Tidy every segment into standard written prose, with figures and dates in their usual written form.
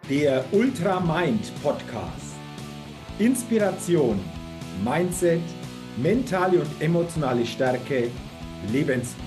Der Ultra Mind Podcast. Inspiration, Mindset, mentale und emotionale Stärke, Lebensglück.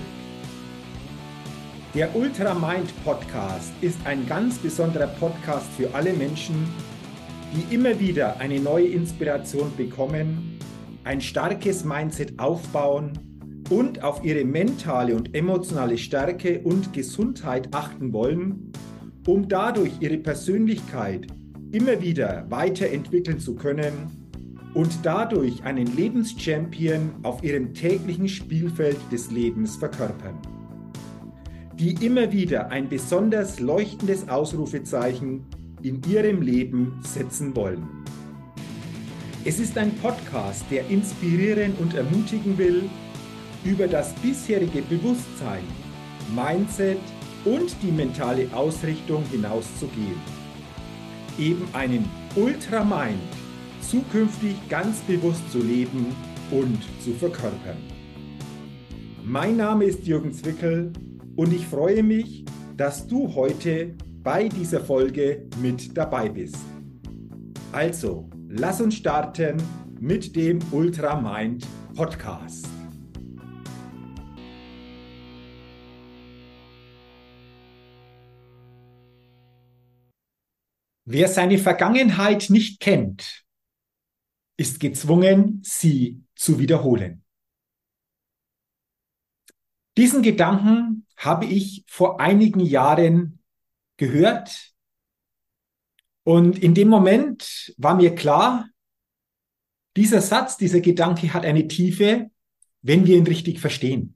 Der Ultra Mind Podcast ist ein ganz besonderer Podcast für alle Menschen, die immer wieder eine neue Inspiration bekommen, ein starkes Mindset aufbauen und auf ihre mentale und emotionale Stärke und Gesundheit achten wollen, um dadurch ihre Persönlichkeit immer wieder weiterentwickeln zu können und dadurch einen Lebenschampion auf ihrem täglichen Spielfeld des Lebens verkörpern, die immer wieder ein besonders leuchtendes Ausrufezeichen in ihrem Leben setzen wollen. Es ist ein Podcast, der inspirieren und ermutigen will, über das bisherige Bewusstsein, Mindset und die mentale Ausrichtung hinauszugehen. Eben einen Ultramind zukünftig ganz bewusst zu leben und zu verkörpern. Mein Name ist Jürgen Zwickel und ich freue mich, dass du heute bei dieser Folge mit dabei bist. Also, lass uns starten mit dem Ultramind Podcast. Wer seine Vergangenheit nicht kennt, ist gezwungen, sie zu wiederholen. Diesen Gedanken habe ich vor einigen Jahren gehört und in dem Moment war mir klar, dieser Satz, dieser Gedanke hat eine Tiefe, wenn wir ihn richtig verstehen.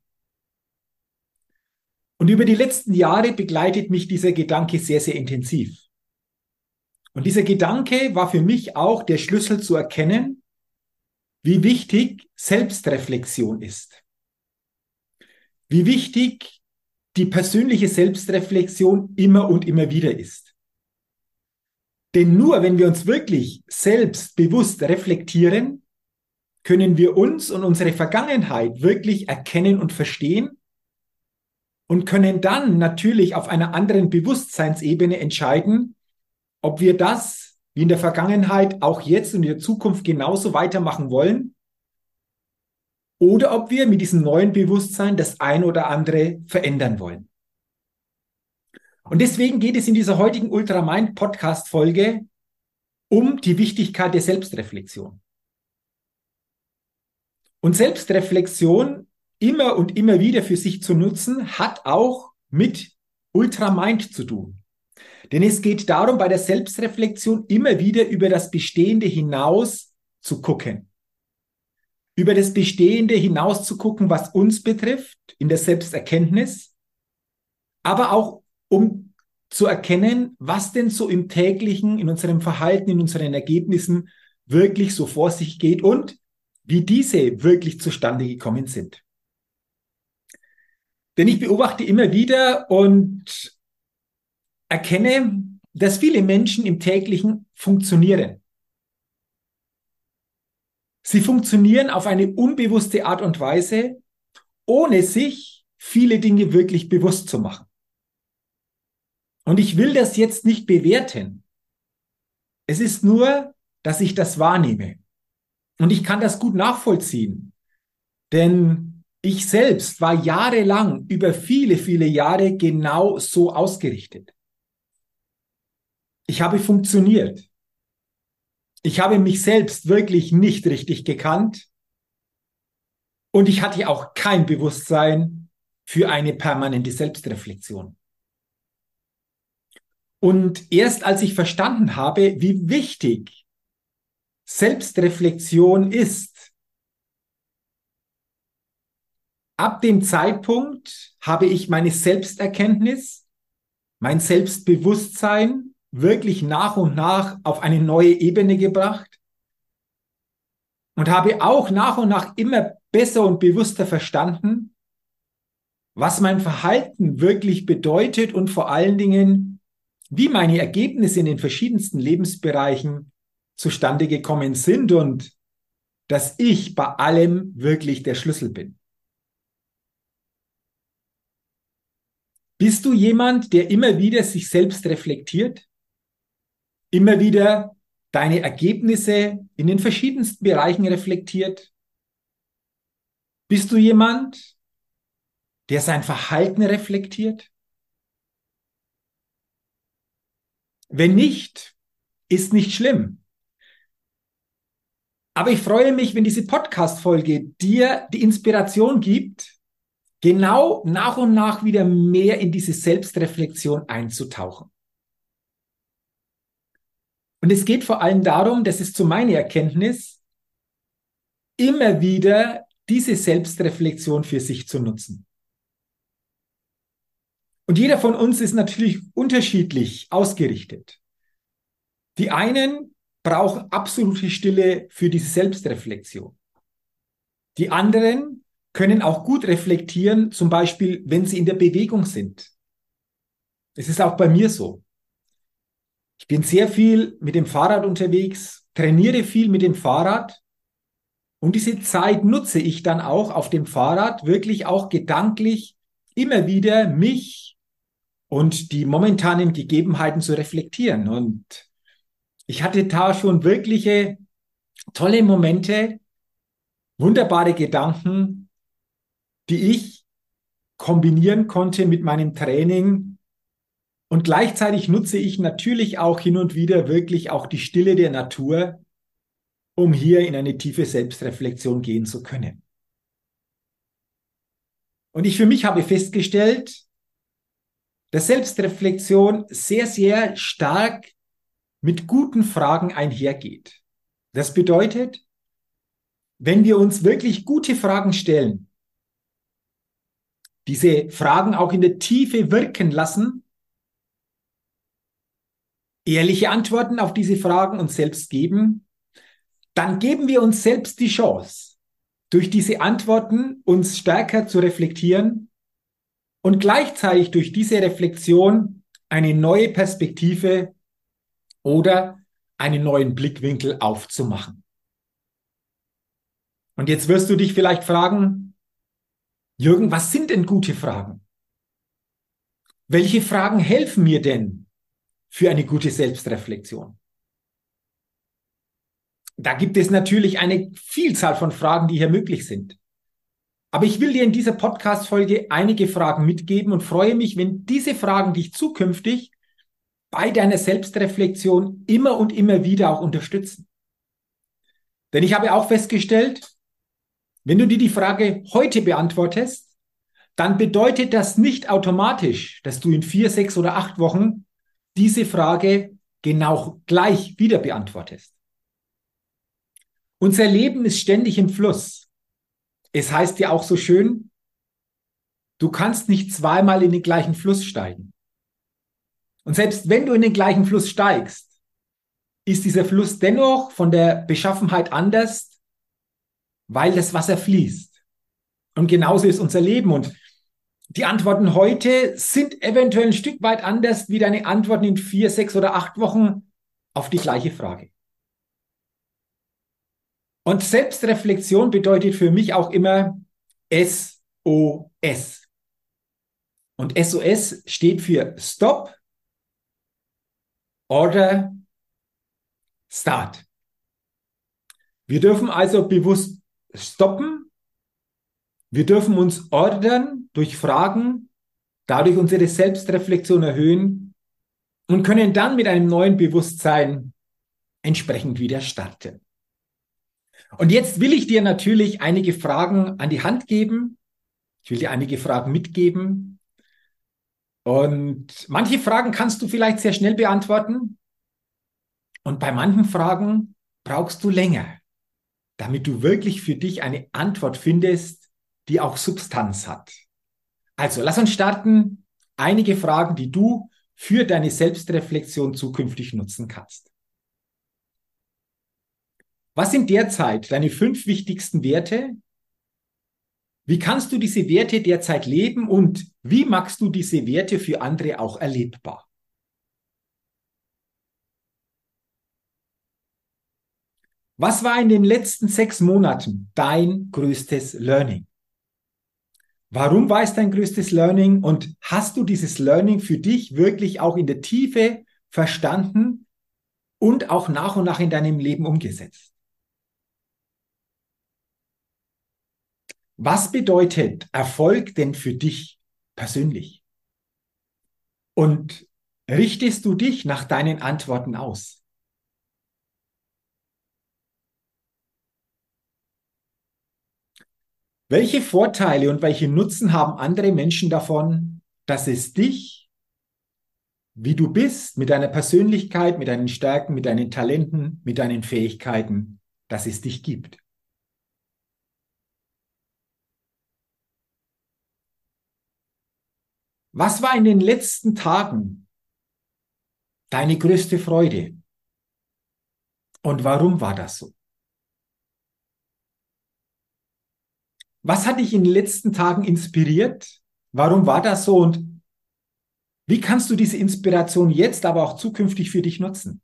Und über die letzten Jahre begleitet mich dieser Gedanke sehr, sehr intensiv. Und dieser Gedanke war für mich auch der Schlüssel zu erkennen, wie wichtig Selbstreflexion ist. Wie wichtig die persönliche Selbstreflexion immer und immer wieder ist. Denn nur wenn wir uns wirklich selbstbewusst reflektieren, können wir uns und unsere Vergangenheit wirklich erkennen und verstehen und können dann natürlich auf einer anderen Bewusstseinsebene entscheiden, ob wir das wie in der Vergangenheit auch jetzt und in der Zukunft genauso weitermachen wollen oder ob wir mit diesem neuen Bewusstsein das ein oder andere verändern wollen. Und deswegen geht es in dieser heutigen Ultramind Podcast Folge um die Wichtigkeit der Selbstreflexion. Und Selbstreflexion immer und immer wieder für sich zu nutzen, hat auch mit Ultramind zu tun. Denn es geht darum, bei der Selbstreflexion immer wieder über das Bestehende hinaus zu gucken. Über das Bestehende hinaus zu gucken, was uns betrifft, in der Selbsterkenntnis, aber auch um zu erkennen, was denn so im täglichen, in unserem Verhalten, in unseren Ergebnissen wirklich so vor sich geht und wie diese wirklich zustande gekommen sind. Denn ich beobachte immer wieder und erkenne, dass viele Menschen im täglichen funktionieren. Sie funktionieren auf eine unbewusste Art und Weise, ohne sich viele Dinge wirklich bewusst zu machen. Und ich will das jetzt nicht bewerten. Es ist nur, dass ich das wahrnehme. Und ich kann das gut nachvollziehen. Denn ich selbst war jahrelang, über viele, viele Jahre genau so ausgerichtet. Ich habe funktioniert. Ich habe mich selbst wirklich nicht richtig gekannt. Und ich hatte auch kein Bewusstsein für eine permanente Selbstreflexion. Und erst als ich verstanden habe, wie wichtig Selbstreflexion ist, ab dem Zeitpunkt habe ich meine Selbsterkenntnis, mein Selbstbewusstsein wirklich nach und nach auf eine neue Ebene gebracht und habe auch nach und nach immer besser und bewusster verstanden, was mein Verhalten wirklich bedeutet und vor allen Dingen, wie meine Ergebnisse in den verschiedensten Lebensbereichen zustande gekommen sind und dass ich bei allem wirklich der Schlüssel bin. Bist du jemand, der immer wieder sich selbst reflektiert? immer wieder deine Ergebnisse in den verschiedensten Bereichen reflektiert? Bist du jemand, der sein Verhalten reflektiert? Wenn nicht, ist nicht schlimm. Aber ich freue mich, wenn diese Podcast-Folge dir die Inspiration gibt, genau nach und nach wieder mehr in diese Selbstreflexion einzutauchen. Und es geht vor allem darum, das ist so meine Erkenntnis, immer wieder diese Selbstreflexion für sich zu nutzen. Und jeder von uns ist natürlich unterschiedlich ausgerichtet. Die einen brauchen absolute Stille für diese Selbstreflexion. Die anderen können auch gut reflektieren, zum Beispiel, wenn sie in der Bewegung sind. Es ist auch bei mir so. Ich bin sehr viel mit dem Fahrrad unterwegs, trainiere viel mit dem Fahrrad und diese Zeit nutze ich dann auch auf dem Fahrrad wirklich auch gedanklich immer wieder mich und die momentanen Gegebenheiten zu reflektieren. Und ich hatte da schon wirkliche tolle Momente, wunderbare Gedanken, die ich kombinieren konnte mit meinem Training. Und gleichzeitig nutze ich natürlich auch hin und wieder wirklich auch die Stille der Natur, um hier in eine tiefe Selbstreflexion gehen zu können. Und ich für mich habe festgestellt, dass Selbstreflexion sehr, sehr stark mit guten Fragen einhergeht. Das bedeutet, wenn wir uns wirklich gute Fragen stellen, diese Fragen auch in der Tiefe wirken lassen, ehrliche Antworten auf diese Fragen uns selbst geben, dann geben wir uns selbst die Chance, durch diese Antworten uns stärker zu reflektieren und gleichzeitig durch diese Reflexion eine neue Perspektive oder einen neuen Blickwinkel aufzumachen. Und jetzt wirst du dich vielleicht fragen, Jürgen, was sind denn gute Fragen? Welche Fragen helfen mir denn für eine gute Selbstreflexion? Da gibt es natürlich eine Vielzahl von Fragen, die hier möglich sind. Aber ich will dir in dieser Podcast-Folge einige Fragen mitgeben und freue mich, wenn diese Fragen dich zukünftig bei deiner Selbstreflexion immer und immer wieder auch unterstützen. Denn ich habe auch festgestellt, wenn du dir die Frage heute beantwortest, dann bedeutet das nicht automatisch, dass du in 4, 6 oder 8 Wochen diese Frage genau gleich wieder beantwortest. Unser Leben ist ständig im Fluss. Es heißt ja auch so schön, du kannst nicht zweimal in den gleichen Fluss steigen. Und selbst wenn du in den gleichen Fluss steigst, ist dieser Fluss dennoch von der Beschaffenheit anders, weil das Wasser fließt. Und genauso ist unser Leben. Und die Antworten heute sind eventuell ein Stück weit anders wie deine Antworten in 4, 6 oder 8 Wochen auf die gleiche Frage. Und Selbstreflexion bedeutet für mich auch immer SOS. Und SOS steht für Stop, Order, Start. Wir dürfen also bewusst stoppen. Wir dürfen uns ordern durch Fragen, dadurch unsere Selbstreflexion erhöhen und können dann mit einem neuen Bewusstsein entsprechend wieder starten. Und jetzt will ich dir natürlich einige Fragen an die Hand geben. Ich will dir einige Fragen mitgeben. Und manche Fragen kannst du vielleicht sehr schnell beantworten. Und bei manchen Fragen brauchst du länger, damit du wirklich für dich eine Antwort findest, die auch Substanz hat. Also, lass uns starten. Einige Fragen, die du für deine Selbstreflexion zukünftig nutzen kannst. Was sind derzeit deine 5 wichtigsten Werte? Wie kannst du diese Werte derzeit leben und wie machst du diese Werte für andere auch erlebbar? Was war in den letzten 6 Monaten dein größtes Learning? Warum war es dein größtes Learning und hast du dieses Learning für dich wirklich auch in der Tiefe verstanden und auch nach und nach in deinem Leben umgesetzt? Was bedeutet Erfolg denn für dich persönlich? Und richtest du dich nach deinen Antworten aus? Welche Vorteile und welche Nutzen haben andere Menschen davon, dass es dich, wie du bist, mit deiner Persönlichkeit, mit deinen Stärken, mit deinen Talenten, mit deinen Fähigkeiten, dass es dich gibt? Was war in den letzten Tagen deine größte Freude? Und warum war das so? Was hat dich in den letzten Tagen inspiriert? Warum war das so? Und wie kannst du diese Inspiration jetzt, aber auch zukünftig für dich nutzen?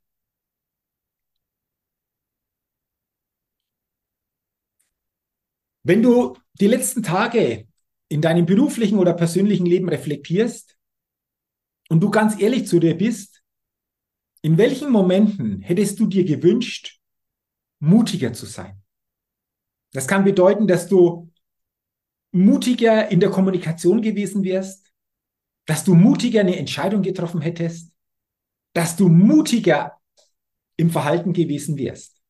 Wenn du die letzten Tage in deinem beruflichen oder persönlichen Leben reflektierst und du ganz ehrlich zu dir bist, in welchen Momenten hättest du dir gewünscht, mutiger zu sein? Das kann bedeuten, dass du mutiger in der Kommunikation gewesen wärst, dass du mutiger eine Entscheidung getroffen hättest, dass du mutiger im Verhalten gewesen wärst.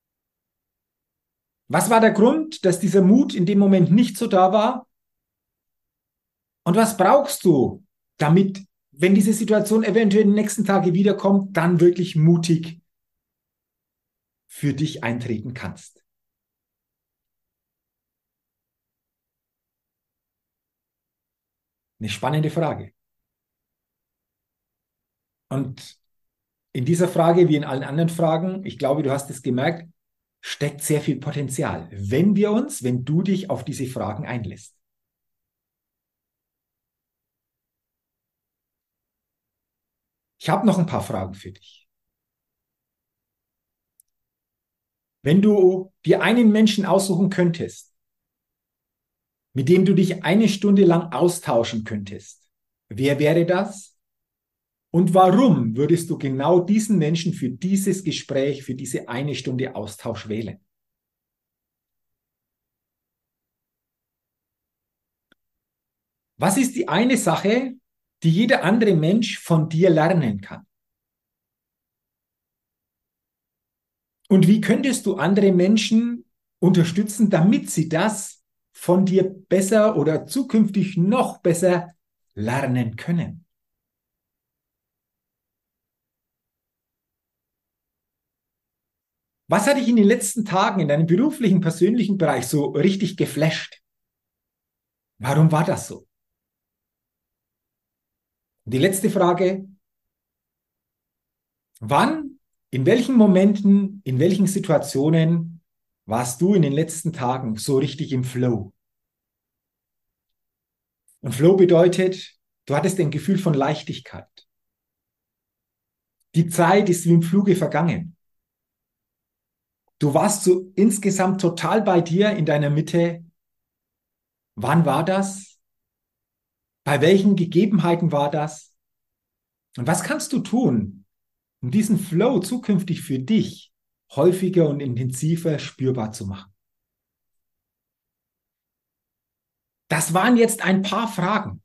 Was war der Grund, dass dieser Mut in dem Moment nicht so da war? Und was brauchst du, damit, wenn diese Situation eventuell in den nächsten Tagen wiederkommt, dann wirklich mutig für dich eintreten kannst? Eine spannende Frage. Und in dieser Frage, wie in allen anderen Fragen, ich glaube, du hast es gemerkt, steckt sehr viel Potenzial, wenn du dich auf diese Fragen einlässt. Ich habe noch ein paar Fragen für dich. Wenn du dir einen Menschen aussuchen könntest, mit dem du dich eine Stunde lang austauschen könntest, wer wäre das? Und warum würdest du genau diesen Menschen für dieses Gespräch, für diese eine Stunde Austausch wählen? Was ist die eine Sache, die jeder andere Mensch von dir lernen kann? Und wie könntest du andere Menschen unterstützen, damit sie das von dir besser oder zukünftig noch besser lernen können? Was hat dich in den letzten Tagen in deinem beruflichen, persönlichen Bereich so richtig geflasht? Warum war das so? Und die letzte Frage, wann, in welchen Momenten, in welchen Situationen warst du in den letzten Tagen so richtig im Flow? Und Flow bedeutet, du hattest ein Gefühl von Leichtigkeit. Die Zeit ist wie im Fluge vergangen. Du warst so insgesamt total bei dir in deiner Mitte. Wann war das? Bei welchen Gegebenheiten war das? Und was kannst du tun, um diesen Flow zukünftig für dich häufiger und intensiver spürbar zu machen? Das waren jetzt ein paar Fragen,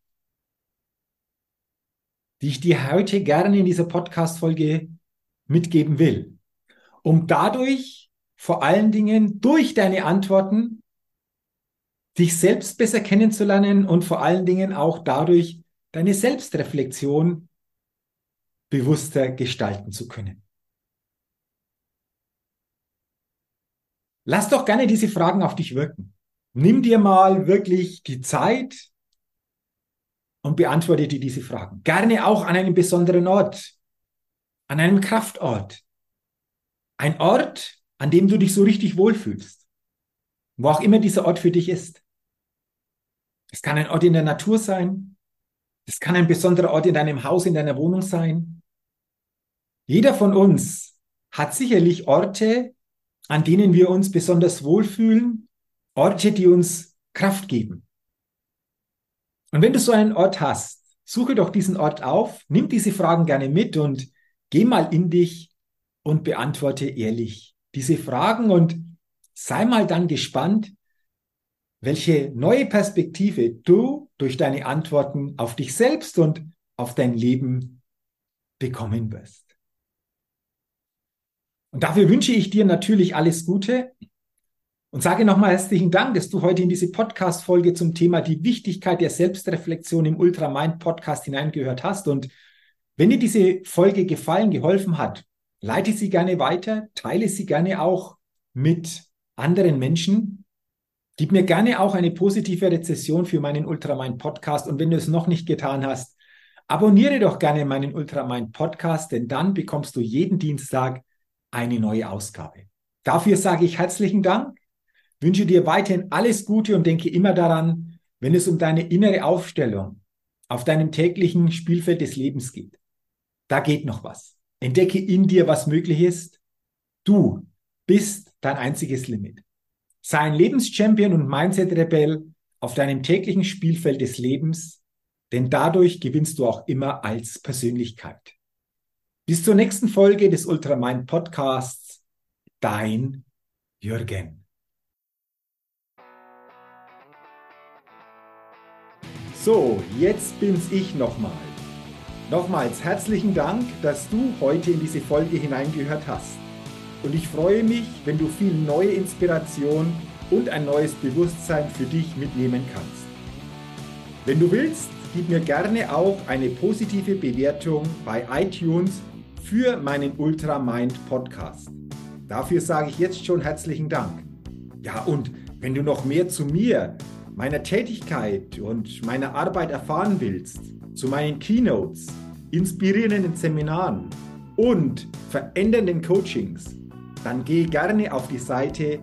die ich dir heute gerne in dieser Podcast-Folge mitgeben will, um dadurch vor allen Dingen durch deine Antworten dich selbst besser kennenzulernen und vor allen Dingen auch dadurch deine Selbstreflexion bewusster gestalten zu können. Lass doch gerne diese Fragen auf dich wirken. Nimm dir mal wirklich die Zeit und beantworte dir diese Fragen. Gerne auch an einem besonderen Ort, an einem Kraftort. Ein Ort, an dem du dich so richtig wohlfühlst. Wo auch immer dieser Ort für dich ist. Es kann ein Ort in der Natur sein. Es kann ein besonderer Ort in deinem Haus, in deiner Wohnung sein. Jeder von uns hat sicherlich Orte, an denen wir uns besonders wohlfühlen. Orte, die uns Kraft geben. Und wenn du so einen Ort hast, suche doch diesen Ort auf, nimm diese Fragen gerne mit und geh mal in dich und beantworte ehrlich diese Fragen und sei mal dann gespannt, welche neue Perspektive du durch deine Antworten auf dich selbst und auf dein Leben bekommen wirst. Und dafür wünsche ich dir natürlich alles Gute und sage nochmal herzlichen Dank, dass du heute in diese Podcast-Folge zum Thema die Wichtigkeit der Selbstreflexion im Ultramind-Podcast hineingehört hast. Und wenn dir diese Folge gefallen, geholfen hat, leite sie gerne weiter, teile sie gerne auch mit anderen Menschen. Gib mir gerne auch eine positive Rezession für meinen Ultramind Podcast. Und wenn du es noch nicht getan hast, abonniere doch gerne meinen Ultramind Podcast, denn dann bekommst du jeden Dienstag eine neue Ausgabe. Dafür sage ich herzlichen Dank, wünsche dir weiterhin alles Gute und denke immer daran, wenn es um deine innere Aufstellung auf deinem täglichen Spielfeld des Lebens geht. Da geht noch was. Entdecke in dir, was möglich ist. Du bist dein einziges Limit. Sei ein Lebenschampion und Mindset-Rebell auf deinem täglichen Spielfeld des Lebens, denn dadurch gewinnst du auch immer als Persönlichkeit. Bis zur nächsten Folge des Ultramind Podcasts. Dein Jürgen. So, jetzt bin's ich nochmal. Nochmals herzlichen Dank, dass du heute in diese Folge hineingehört hast. Und ich freue mich, wenn du viel neue Inspiration und ein neues Bewusstsein für dich mitnehmen kannst. Wenn du willst, gib mir gerne auch eine positive Bewertung bei iTunes für meinen Ultramind Podcast. Dafür sage ich jetzt schon herzlichen Dank. Ja, und wenn du noch mehr zu mir, meiner Tätigkeit und meiner Arbeit erfahren willst, zu meinen Keynotes, inspirierenden Seminaren und verändernden Coachings, dann geh gerne auf die Seite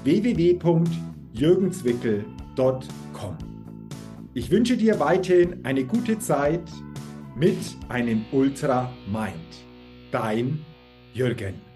www.jürgenzwickel.com. Ich wünsche dir weiterhin eine gute Zeit mit einem Ultramind. Dein Jürgen.